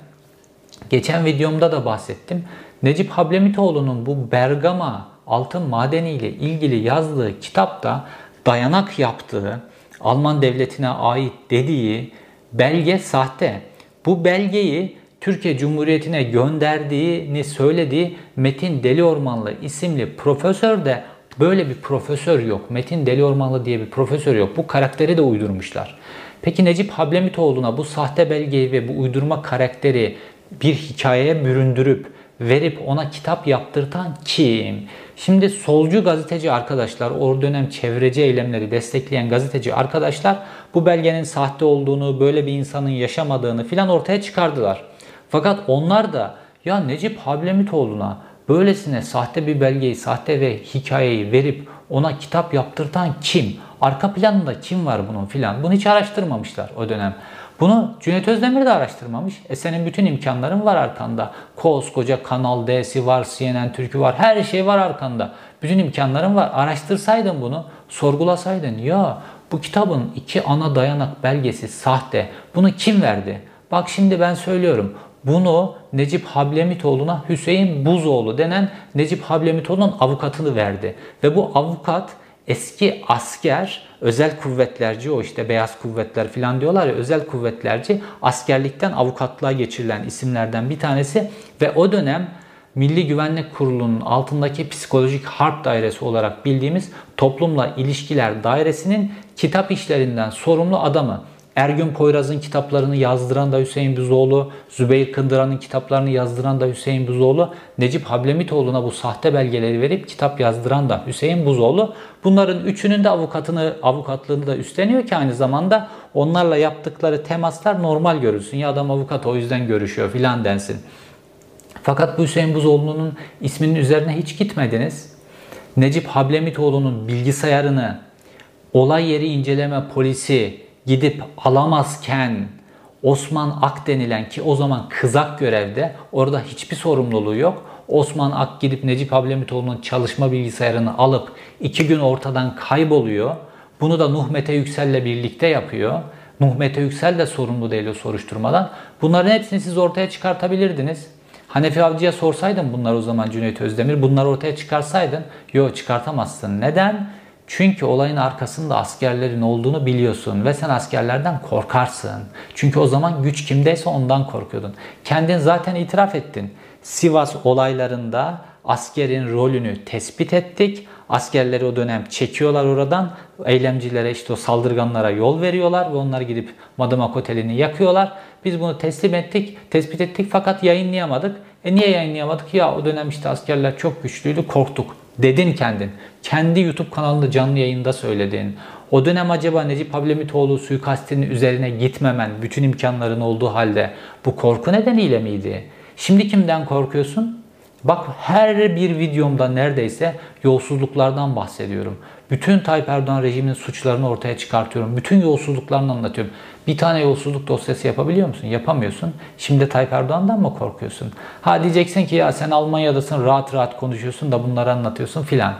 A: geçen videomda da bahsettim, Necip Hablemitoğlu'nun bu Bergama altın madeni ile ilgili yazdığı kitapta dayanak yaptığı, Alman devletine ait dediği belge sahte. Bu belgeyi Türkiye Cumhuriyeti'ne gönderdiğini söylediği Metin Deliormanlı isimli profesör de böyle bir profesör yok. Metin Deliormanlı diye bir profesör yok. Bu karakteri de uydurmuşlar. Peki Necip Hablemitoğlu'na bu sahte belgeyi ve bu uydurma karakteri bir hikayeye büründürüp verip ona kitap yaptırtan kim? Şimdi solcu gazeteci arkadaşlar, o dönem çevreci eylemleri destekleyen gazeteci arkadaşlar bu belgenin sahte olduğunu, böyle bir insanın yaşamadığını filan ortaya çıkardılar. Fakat onlar da ya Necip Hablemitoğlu'na böylesine sahte bir belgeyi, sahte ve hikayeyi verip ona kitap yaptırtan kim? Arka planında kim var bunun filan? Bunu hiç araştırmamışlar o dönem. Bunu Cüneyt Özdemir de araştırmamış. E senin bütün imkanların var arkanda. Koskoca Kanal D'si var, C N N Türk'ü var, her şey var arkanda. Bütün imkanların var. Araştırsaydın bunu, sorgulasaydın. Ya bu kitabın iki ana dayanak belgesi sahte. Bunu kim verdi? Bak şimdi ben söylüyorum. Bunu Necip Hablemitoğlu'na Hüseyin Buzoğlu denen Necip Hablemitoğlu'nun avukatını verdi. Ve bu avukat eski asker, özel kuvvetlerci, o işte beyaz kuvvetler falan diyorlar ya, özel kuvvetlerci, askerlikten avukatlığa geçirilen isimlerden bir tanesi ve o dönem Milli Güvenlik Kurulu'nun altındaki psikolojik harp dairesi olarak bildiğimiz toplumla ilişkiler dairesinin kitap işlerinden sorumlu adamı. Ergün Poyraz'ın kitaplarını yazdıran da Hüseyin Buzoğlu, Zübeyir Kındıran'ın kitaplarını yazdıran da Hüseyin Buzoğlu, Necip Hablemitoğlu'na bu sahte belgeleri verip kitap yazdıran da Hüseyin Buzoğlu. Bunların üçünün de avukatını, avukatlığını da üstleniyor ki aynı zamanda onlarla yaptıkları temaslar normal görülsün. Ya adam avukat, o yüzden görüşüyor filan densin. Fakat bu Hüseyin Buzoğlu'nun isminin üzerine hiç gitmediniz. Necip Hablemitoğlu'nun bilgisayarını olay yeri inceleme polisi gidip alamazken Osman Ak denilen, ki o zaman kızak görevde, orada hiçbir sorumluluğu yok. Osman Ak gidip Necip Hablemitoğlu'nun çalışma bilgisayarını alıp iki gün ortadan kayboluyor. Bunu da Nuh Mete Yüksel'le birlikte yapıyor. Nuh Mete Yüksel de sorumlu değil o soruşturmadan. Bunların hepsini siz ortaya çıkartabilirdiniz. Hanefi Avcı'ya sorsaydın bunlar o zaman, Cüneyt Özdemir, bunları ortaya çıkarsaydın, yok çıkartamazsın. Neden? Çünkü olayın arkasında askerlerin olduğunu biliyorsun ve sen askerlerden korkarsın. Çünkü o zaman güç kimdeyse ondan korkuyordun. Kendin zaten itiraf ettin. Sivas olaylarında askerin rolünü tespit ettik. Askerleri o dönem çekiyorlar oradan. Eylemcilere, işte o saldırganlara yol veriyorlar ve onları gidip Madımak Oteli'ni yakıyorlar. Biz bunu teslim ettik, tespit ettik fakat yayınlayamadık. E niye yayınlayamadık? Ya o dönem işte askerler çok güçlüydü, korktuk dedin kendin. Kendi YouTube kanalında canlı yayında söyledin. O dönem acaba Necip Hablemitoğlu suikastinin üzerine gitmemen, bütün imkanların olduğu halde bu korku nedeniyle miydi? Şimdi kimden korkuyorsun? Bak, her bir videomda neredeyse yolsuzluklardan bahsediyorum. Bütün Tayyip Erdoğan rejiminin suçlarını ortaya çıkartıyorum. Bütün yolsuzluklarını anlatıyorum. Bir tane yolsuzluk dosyası yapabiliyor musun? Yapamıyorsun. Şimdi Tayyip Erdoğan'dan mı korkuyorsun? Ha diyeceksin ki ya sen Almanya'dasın, rahat rahat konuşuyorsun da bunları anlatıyorsun filan.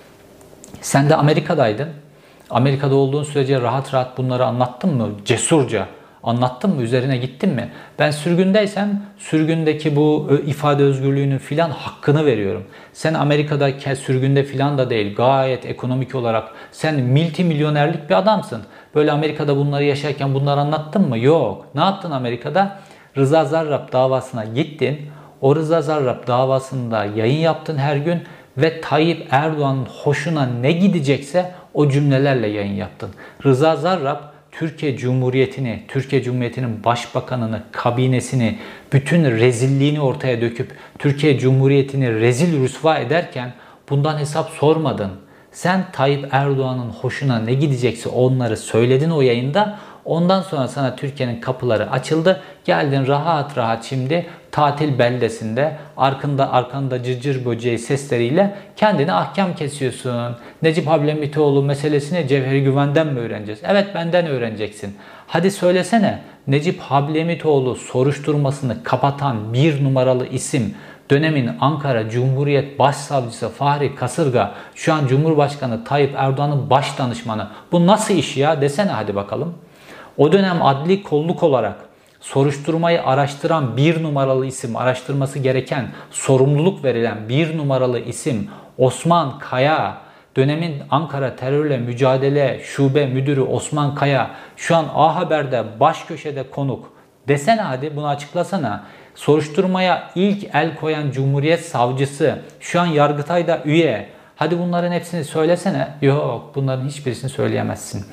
A: Sen de Amerika'daydın. Amerika'da olduğun sürece rahat rahat bunları anlattın mı? Cesurca anlattın mı? Üzerine gittin mi? Ben sürgündeysem sürgündeki bu ifade özgürlüğünün filan hakkını veriyorum. Sen Amerika'da sürgünde filan da değil, gayet ekonomik olarak sen multimilyonerlik bir adamsın. Böyle Amerika'da bunları yaşarken bunları anlattın mı? Yok. Ne yaptın Amerika'da? Rıza Zarrab davasına gittin. O Rıza Zarrab davasında yayın yaptın her gün ve Tayyip Erdoğan'ın hoşuna ne gidecekse o cümlelerle yayın yaptın. Rıza Zarrab Türkiye Cumhuriyeti'ni, Türkiye Cumhuriyeti'nin başbakanını, kabinesini, bütün rezilliğini ortaya döküp Türkiye Cumhuriyeti'ni rezil rüsva ederken bundan hesap sormadın. Sen Tayyip Erdoğan'ın hoşuna ne gidecekse onları söyledin o yayında. Ondan sonra sana Türkiye'nin kapıları açıldı. Geldin rahat rahat şimdi tatil beldesinde arkanda arkanda cırcır böceği sesleriyle kendini ahkam kesiyorsun. Necip Hablemitoğlu meselesini Cevheri Güven'den mi öğreneceğiz? Evet, benden öğreneceksin. Hadi söylesene, Necip Hablemitoğlu soruşturmasını kapatan bir numaralı isim, dönemin Ankara Cumhuriyet Başsavcısı Fahri Kasırga, şu an Cumhurbaşkanı Tayyip Erdoğan'ın baş danışmanı. Bu nasıl iş ya desene hadi bakalım. O dönem adli kolluk olarak soruşturmayı araştıran bir numaralı isim, araştırması gereken, sorumluluk verilen bir numaralı isim Osman Kaya, dönemin Ankara Terörle Mücadele Şube Müdürü Osman Kaya, şu an A Haber'de baş köşede konuk. Desene hadi, bunu açıklasana. Soruşturmaya ilk el koyan Cumhuriyet Savcısı, şu an Yargıtay'da üye. Hadi bunların hepsini söylesene. Yok, bunların hiçbirisini söyleyemezsin.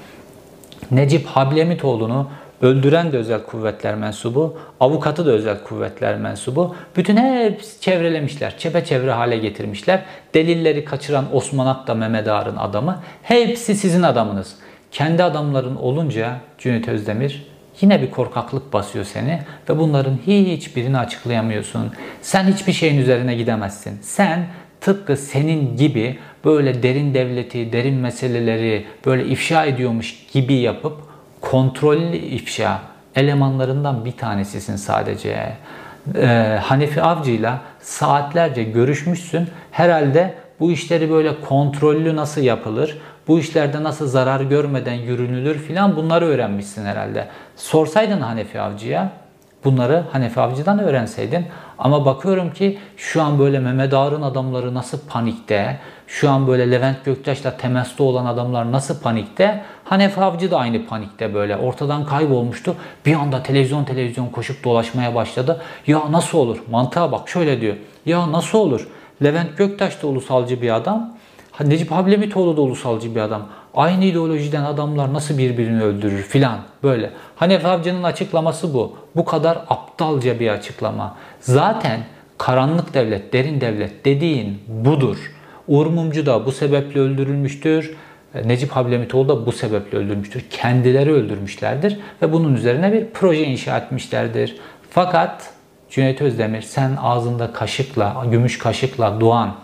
A: Necip Hablemitoğlu'nu öldüren de özel kuvvetler mensubu, avukatı da özel kuvvetler mensubu. Bütün hepsi çevrelemişler, çepeçevre hale getirmişler. Delilleri kaçıran Osman Akta, Mehmet Ağar'ın adamı. Hepsi sizin adamınız. Kendi adamların olunca Cüneyt Özdemir yine bir korkaklık basıyor seni ve bunların hiçbirini açıklayamıyorsun. Sen hiçbir şeyin üzerine gidemezsin. Sen tıpkı senin gibi böyle derin devleti, derin meseleleri böyle ifşa ediyormuş gibi yapıp kontrollü ifşa elemanlarından bir tanesisin sadece. Ee, Hanefi Avcı'yla saatlerce görüşmüşsün. Herhalde bu işleri böyle kontrollü nasıl yapılır, bu işlerde nasıl zarar görmeden yürünülür filan, bunları öğrenmişsin herhalde. Sorsaydın Hanefi Avcı'ya, bunları Hanefi Avcı'dan öğrenseydin. Ama bakıyorum ki şu an böyle Mehmet Ağar'ın adamları nasıl panikte, şu an böyle Levent Göktaş'la temasta olan adamlar nasıl panikte, Hanefi Avcı da aynı panikte, böyle ortadan kaybolmuştu. Bir anda televizyon televizyon koşup dolaşmaya başladı. Ya nasıl olur? Mantığa bak, şöyle diyor. Ya nasıl olur? Levent Göktaş da ulusalcı bir adam. Necip Hablemitoğlu da ulusalcı bir adam. Aynı ideolojiden adamlar nasıl birbirini öldürür filan böyle. Hanefi Avcı'nın açıklaması bu. Bu kadar aptalca bir açıklama. Zaten karanlık devlet, derin devlet dediğin budur. Uğur Mumcu da bu sebeple öldürülmüştür. Necip Hablemitoğlu da bu sebeple öldürmüştür. Kendileri öldürmüşlerdir ve bunun üzerine bir proje inşa etmişlerdir. Fakat Cüneyt Özdemir, sen ağzında kaşıkla, gümüş kaşıkla doğan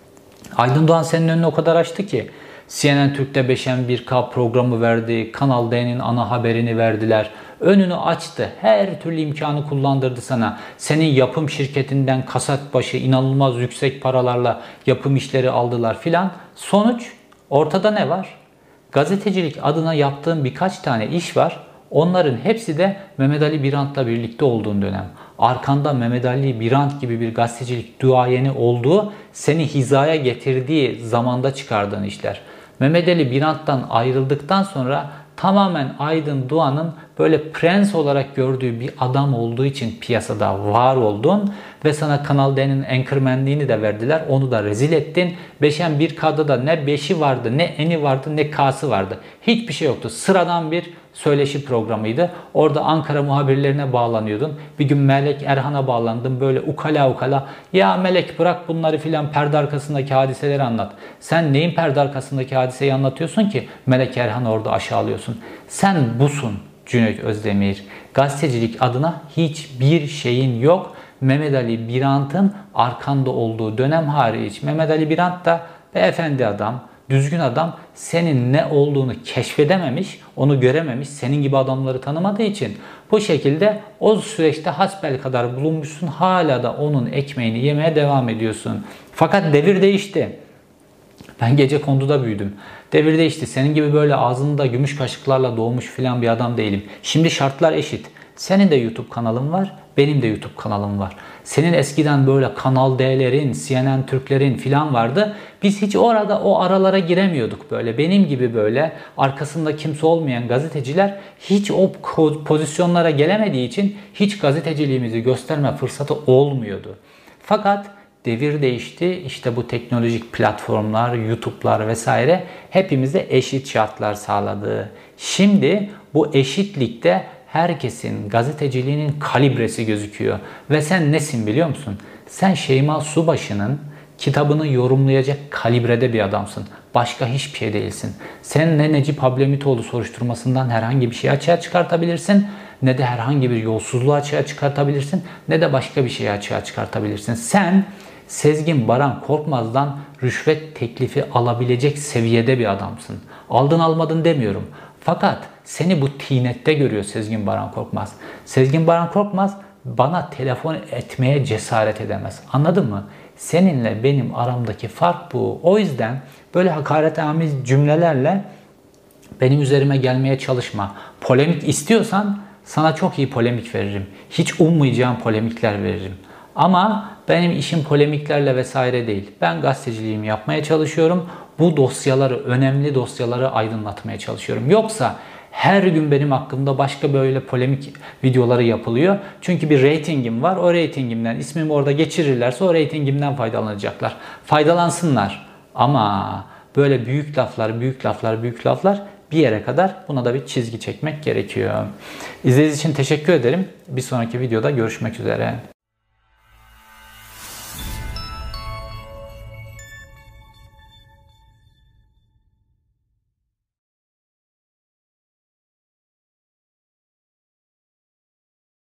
A: Aydın Doğan senin önüne o kadar açtı ki C N N Türk'te beş M bir K programı verdi, Kanal D'nin ana haberini verdiler. Önünü açtı, her türlü imkanı kullandırdı sana. Senin yapım şirketinden kasat başı inanılmaz yüksek paralarla yapım işleri aldılar filan. Sonuç, ortada ne var? Gazetecilik adına yaptığın birkaç tane iş var. Onların hepsi de Mehmet Ali Birant'la birlikte olduğun dönem. Arkanda Mehmet Ali Birant gibi bir gazetecilik duayeni olduğu, seni hizaya getirdiği zamanda çıkardığın işler. Mehmet Ali Birant'tan ayrıldıktan sonra tamamen Aydın Doğan'ın böyle prens olarak gördüğü bir adam olduğu için piyasada var oldun ve sana Kanal D'nin anchormanliğini de verdiler. Onu da rezil ettin. beş M bir K'da da ne beşi vardı, ne eni vardı, ne K'sı vardı. Hiçbir şey yoktu. Sıradan bir söyleşi programıydı. Orada Ankara muhabirlerine bağlanıyordun. Bir gün Melek Erhan'a bağlandın. Böyle ukala ukala. Ya Melek bırak bunları filan, perde arkasındaki hadiseleri anlat. Sen neyin perde arkasındaki hadiseyi anlatıyorsun ki Melek Erhan'ı orada aşağılıyorsun? Sen busun Cüneyt Özdemir. Gazetecilik adına hiçbir şeyin yok. Mehmet Ali Birant'ın arkanda olduğu dönem hariç. Mehmet Ali Birant da beyefendi adam, düzgün adam, senin ne olduğunu keşfedememiş, onu görememiş, senin gibi adamları tanımadığı için bu şekilde o süreçte hasbelkader bulunmuşsun, hala da onun ekmeğini yemeye devam ediyorsun. Fakat devir değişti. Ben Gecekondu'da büyüdüm. Devir değişti. Senin gibi böyle ağzında gümüş kaşıklarla doğmuş filan bir adam değilim. Şimdi şartlar eşit. Senin de YouTube kanalın var, benim de YouTube kanalım var. Senin eskiden böyle Kanal D'lerin, C N N Türklerin filan vardı. Biz hiç orada o aralara giremiyorduk böyle. Benim gibi böyle arkasında kimse olmayan gazeteciler hiç o pozisyonlara gelemediği için hiç gazeteciliğimizi gösterme fırsatı olmuyordu. Fakat devir değişti. İşte bu teknolojik platformlar, YouTube'lar vesaire hepimize eşit şartlar sağladı. Şimdi bu eşitlikte herkesin gazeteciliğinin kalibresi gözüküyor. Ve sen nesin biliyor musun? Sen Şeyma Subaşı'nın kitabını yorumlayacak kalibrede bir adamsın. Başka hiçbir şey değilsin. Sen ne Necip Hablemitoğlu soruşturmasından herhangi bir şey açığa çıkartabilirsin, ne de herhangi bir yolsuzluğu açığa çıkartabilirsin, ne de başka bir şeyi açığa çıkartabilirsin. Sen Sezgin Baran Korkmaz'dan rüşvet teklifi alabilecek seviyede bir adamsın. Aldın almadın demiyorum. Fakat seni bu tinette görüyor Sezgin Baran Korkmaz. Sezgin Baran Korkmaz bana telefon etmeye cesaret edemez. Anladın mı? Seninle benim aramdaki fark bu. O yüzden böyle hakaretamiz cümlelerle benim üzerime gelmeye çalışma. Polemik istiyorsan sana çok iyi polemik veririm. Hiç ummayacağım polemikler veririm. Ama benim işim polemiklerle vesaire değil. Ben gazeteciliğimi yapmaya çalışıyorum. Bu dosyaları, önemli dosyaları aydınlatmaya çalışıyorum. Yoksa her gün benim hakkımda başka böyle polemik videoları yapılıyor. Çünkü bir reytingim var. O reytingimden, ismimi orada geçirirlerse o reytingimden faydalanacaklar. Faydalansınlar. Ama böyle büyük laflar, büyük laflar, büyük laflar bir yere kadar, buna da bir çizgi çekmek gerekiyor. İzlediğiniz için teşekkür ederim. Bir sonraki videoda görüşmek üzere.